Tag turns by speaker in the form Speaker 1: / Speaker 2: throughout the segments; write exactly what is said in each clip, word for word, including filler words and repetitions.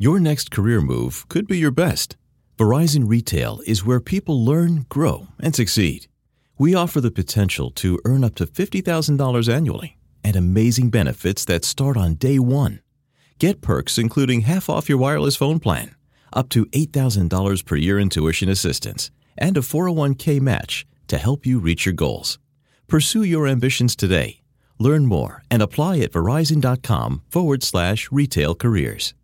Speaker 1: Your next career move could be your best. Verizon Retail is where people learn, grow, and succeed. We offer the potential to earn up to fifty thousand dollars annually and amazing benefits that start on day one. Get perks including half off your wireless phone plan, up to eight thousand dollars per year in tuition assistance, and a four oh one k match to help you reach your goals. Pursue your ambitions today. Learn more and apply at verizon.com forward slash retail careers.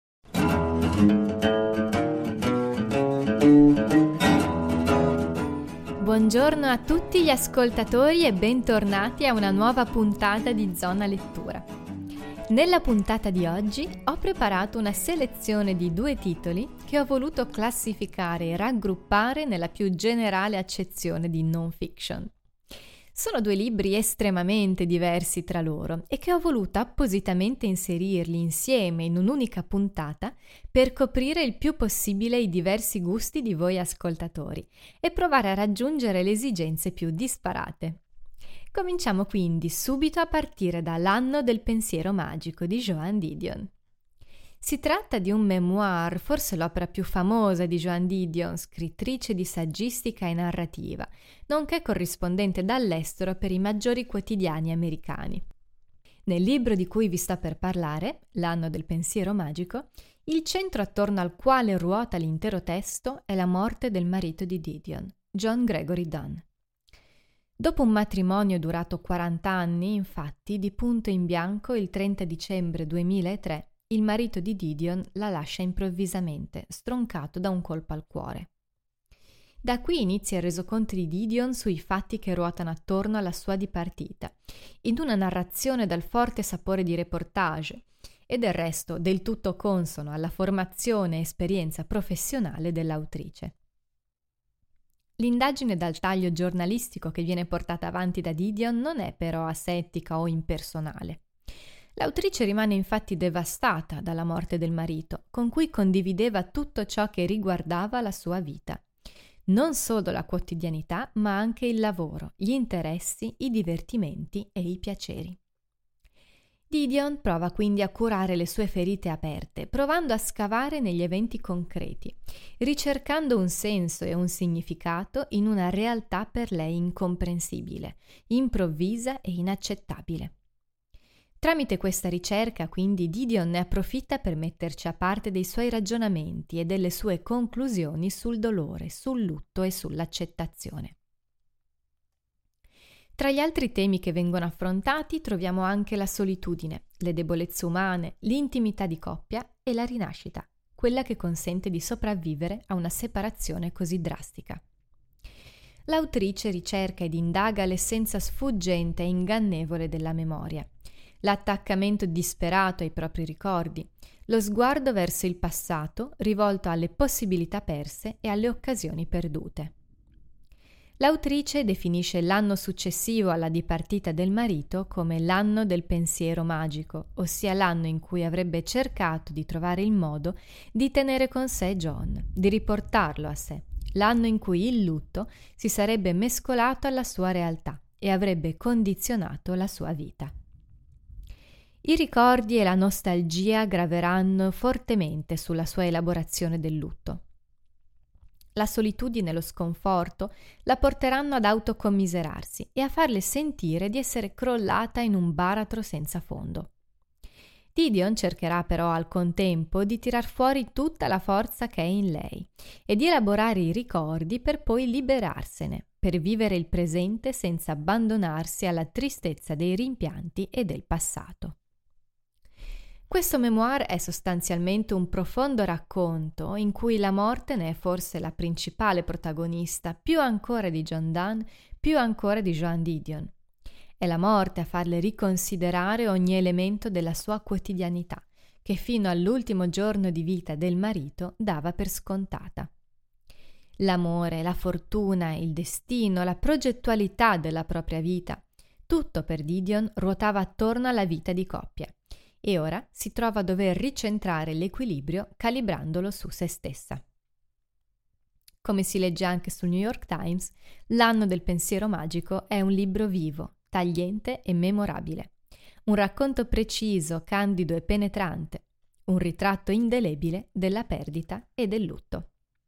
Speaker 2: Buongiorno a tutti gli ascoltatori e bentornati a una nuova puntata di Zona Lettura. Nella puntata di oggi ho preparato una selezione di due titoli che ho voluto classificare e raggruppare nella più generale accezione di non fiction. Sono due libri estremamente diversi tra loro e che ho voluto appositamente inserirli insieme in un'unica puntata per coprire il più possibile i diversi gusti di voi ascoltatori e provare a raggiungere le esigenze più disparate. Cominciamo quindi subito a partire da L'anno del pensiero magico di Joan Didion. Si tratta di un memoir, forse l'opera più famosa di Joan Didion, scrittrice di saggistica e narrativa, nonché corrispondente dall'estero per i maggiori quotidiani americani. Nel libro di cui vi sto per parlare, L'anno del pensiero magico, il centro attorno al quale ruota l'intero testo è la morte del marito di Didion, John Gregory Dunne. Dopo un matrimonio durato quaranta anni, infatti, di punto in bianco il trenta dicembre duemilatré, il marito di Didion la lascia improvvisamente, stroncato da un colpo al cuore. Da qui inizia il resoconto di Didion sui fatti che ruotano attorno alla sua dipartita, in una narrazione dal forte sapore di reportage e del resto del tutto consono alla formazione e esperienza professionale dell'autrice. L'indagine dal taglio giornalistico che viene portata avanti da Didion non è però asettica o impersonale. L'autrice rimane infatti devastata dalla morte del marito, con cui condivideva tutto ciò che riguardava la sua vita. Non solo la quotidianità, ma anche il lavoro, gli interessi, i divertimenti e i piaceri. Didion prova quindi a curare le sue ferite aperte, provando a scavare negli eventi concreti, ricercando un senso e un significato in una realtà per lei incomprensibile, improvvisa e inaccettabile. Tramite questa ricerca, quindi, Didion ne approfitta per metterci a parte dei suoi ragionamenti e delle sue conclusioni sul dolore, sul lutto e sull'accettazione. Tra gli altri temi che vengono affrontati troviamo anche la solitudine, le debolezze umane, l'intimità di coppia e la rinascita, quella che consente di sopravvivere a una separazione così drastica. L'autrice ricerca ed indaga l'essenza sfuggente e ingannevole della memoria, l'attaccamento disperato ai propri ricordi, lo sguardo verso il passato rivolto alle possibilità perse e alle occasioni perdute. L'autrice definisce l'anno successivo alla dipartita del marito come l'anno del pensiero magico, ossia l'anno in cui avrebbe cercato di trovare il modo di tenere con sé John, di riportarlo a sé, l'anno in cui il lutto si sarebbe mescolato alla sua realtà e avrebbe condizionato la sua vita. I ricordi e la nostalgia graveranno fortemente sulla sua elaborazione del lutto. La solitudine e lo sconforto la porteranno ad autocommiserarsi e a farle sentire di essere crollata in un baratro senza fondo. Didion cercherà però al contempo di tirar fuori tutta la forza che è in lei e di elaborare i ricordi per poi liberarsene, per vivere il presente senza abbandonarsi alla tristezza dei rimpianti e del passato. Questo memoir è sostanzialmente un profondo racconto in cui la morte ne è forse la principale protagonista, più ancora di John Donne, più ancora di Joan Didion. È la morte a farle riconsiderare ogni elemento della sua quotidianità, che fino all'ultimo giorno di vita del marito dava per scontata. L'amore, la fortuna, il destino, la progettualità della propria vita, tutto per Didion ruotava attorno alla vita di coppia. E ora si trova a dover ricentrare l'equilibrio calibrandolo su se stessa. Come si legge anche sul New York Times, L'anno del pensiero magico è un libro vivo, tagliente e memorabile. Un racconto preciso, candido e penetrante. un ritratto indelebile della perdita e del lutto.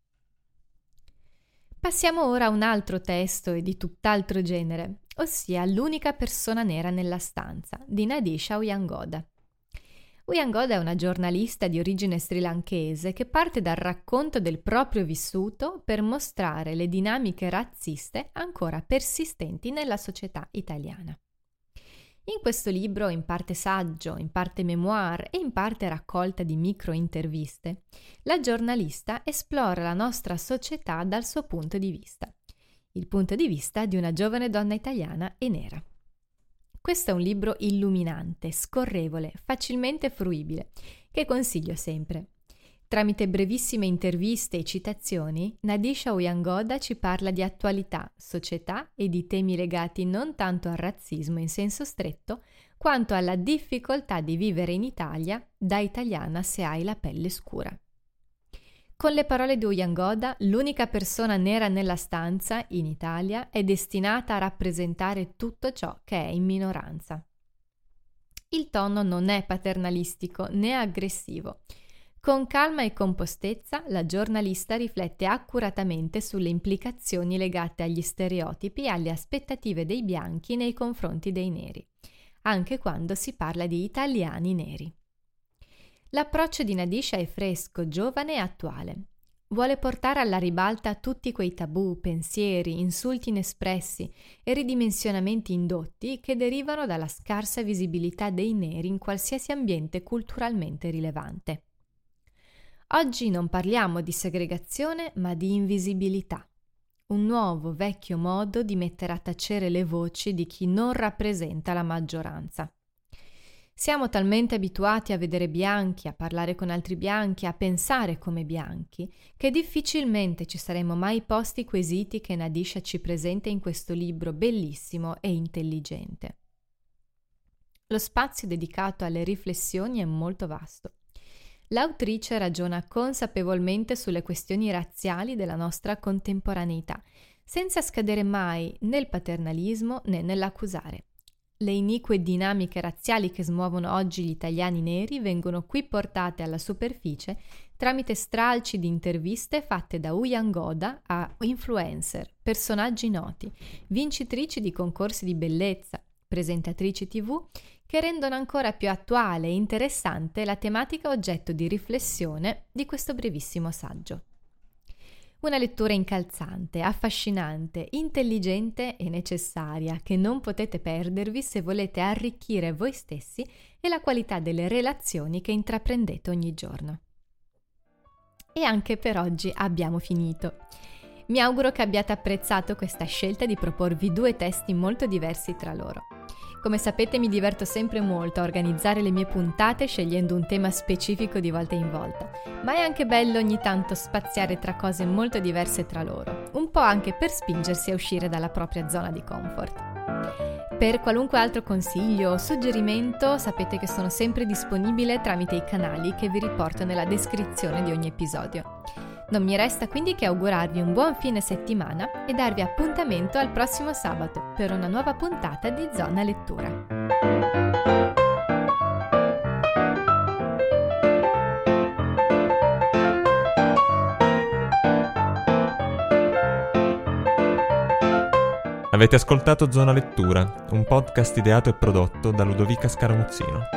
Speaker 2: Passiamo ora a un altro testo e di tutt'altro genere, ossia L'unica persona nera nella stanza, di Nadisha Uyangoda. Uyangoda è una giornalista di origine srilankese che parte dal racconto del proprio vissuto per mostrare le dinamiche razziste ancora persistenti nella società italiana. In questo libro, in parte saggio, in parte memoir e in parte raccolta di micro-interviste, la giornalista esplora la nostra società dal suo punto di vista, il punto di vista di una giovane donna italiana e nera. Questo è un libro illuminante, scorrevole, facilmente fruibile, che consiglio sempre. Tramite brevissime interviste e citazioni, Nadisha Uyangoda ci parla di attualità, società e di temi legati non tanto al razzismo in senso stretto, quanto alla difficoltà di vivere in Italia da italiana se hai la pelle scura. Con le parole di Uyangoda, l'unica persona nera nella stanza, in Italia, è destinata a rappresentare tutto ciò che è in minoranza. Il tono non è paternalistico né aggressivo. Con calma e compostezza, la giornalista riflette accuratamente sulle implicazioni legate agli stereotipi e alle aspettative dei bianchi nei confronti dei neri, anche quando si parla di italiani neri. L'approccio di Nadisha è fresco, giovane e attuale. Vuole portare alla ribalta tutti quei tabù, pensieri, insulti inespressi e ridimensionamenti indotti che derivano dalla scarsa visibilità dei neri in qualsiasi ambiente culturalmente rilevante. Oggi non parliamo di segregazione, ma di invisibilità. Un nuovo, vecchio modo di mettere a tacere le voci di chi non rappresenta la maggioranza. Siamo talmente abituati a vedere bianchi, a parlare con altri bianchi, a pensare come bianchi, che difficilmente ci saremmo mai posti i quesiti che Nadisha ci presenta in questo libro bellissimo e intelligente. Lo spazio dedicato alle riflessioni è molto vasto. L'autrice ragiona consapevolmente sulle questioni razziali della nostra contemporaneità, senza scadere mai nel paternalismo né nell'accusare. Le inique dinamiche razziali che smuovono oggi gli italiani neri vengono qui portate alla superficie tramite stralci di interviste fatte da Uyangoda a influencer, personaggi noti, vincitrici di concorsi di bellezza, presentatrici tivù, che rendono ancora più attuale e interessante la tematica oggetto di riflessione di questo brevissimo saggio. Una lettura incalzante, affascinante, intelligente e necessaria che non potete perdervi se volete arricchire voi stessi e la qualità delle relazioni che intraprendete ogni giorno. E anche per oggi abbiamo finito. Mi auguro che abbiate apprezzato questa scelta di proporvi due testi molto diversi tra loro. Come sapete mi diverto sempre molto a organizzare le mie puntate scegliendo un tema specifico di volta in volta, ma è anche bello ogni tanto spaziare tra cose molto diverse tra loro, un po' anche per spingersi a uscire dalla propria zona di comfort. Per qualunque altro consiglio o suggerimento sapete che sono sempre disponibile tramite i canali che vi riporto nella descrizione di ogni episodio. Non mi resta quindi che augurarvi un buon fine settimana e darvi appuntamento al prossimo sabato per una nuova puntata di Zona Lettura.
Speaker 3: Avete ascoltato Zona Lettura, un podcast ideato e prodotto da Ludovica Scaramuzzino.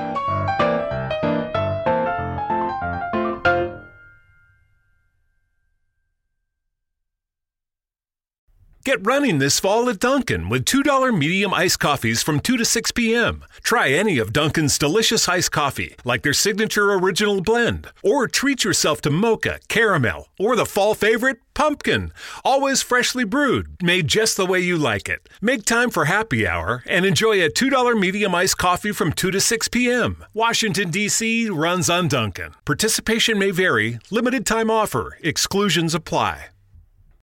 Speaker 4: Get running this fall at Dunkin' with two dollar medium iced coffees from two to six p.m. Try any of Dunkin's delicious iced coffee, like their signature original blend. Or treat yourself to mocha, caramel, or the fall favorite, pumpkin. Always freshly brewed, made just the way you like it. Make time for happy hour and enjoy a two dollar medium iced coffee from two to six p.m. Washington, D C runs on Dunkin'. Participation may vary. Limited time offer. Exclusions apply.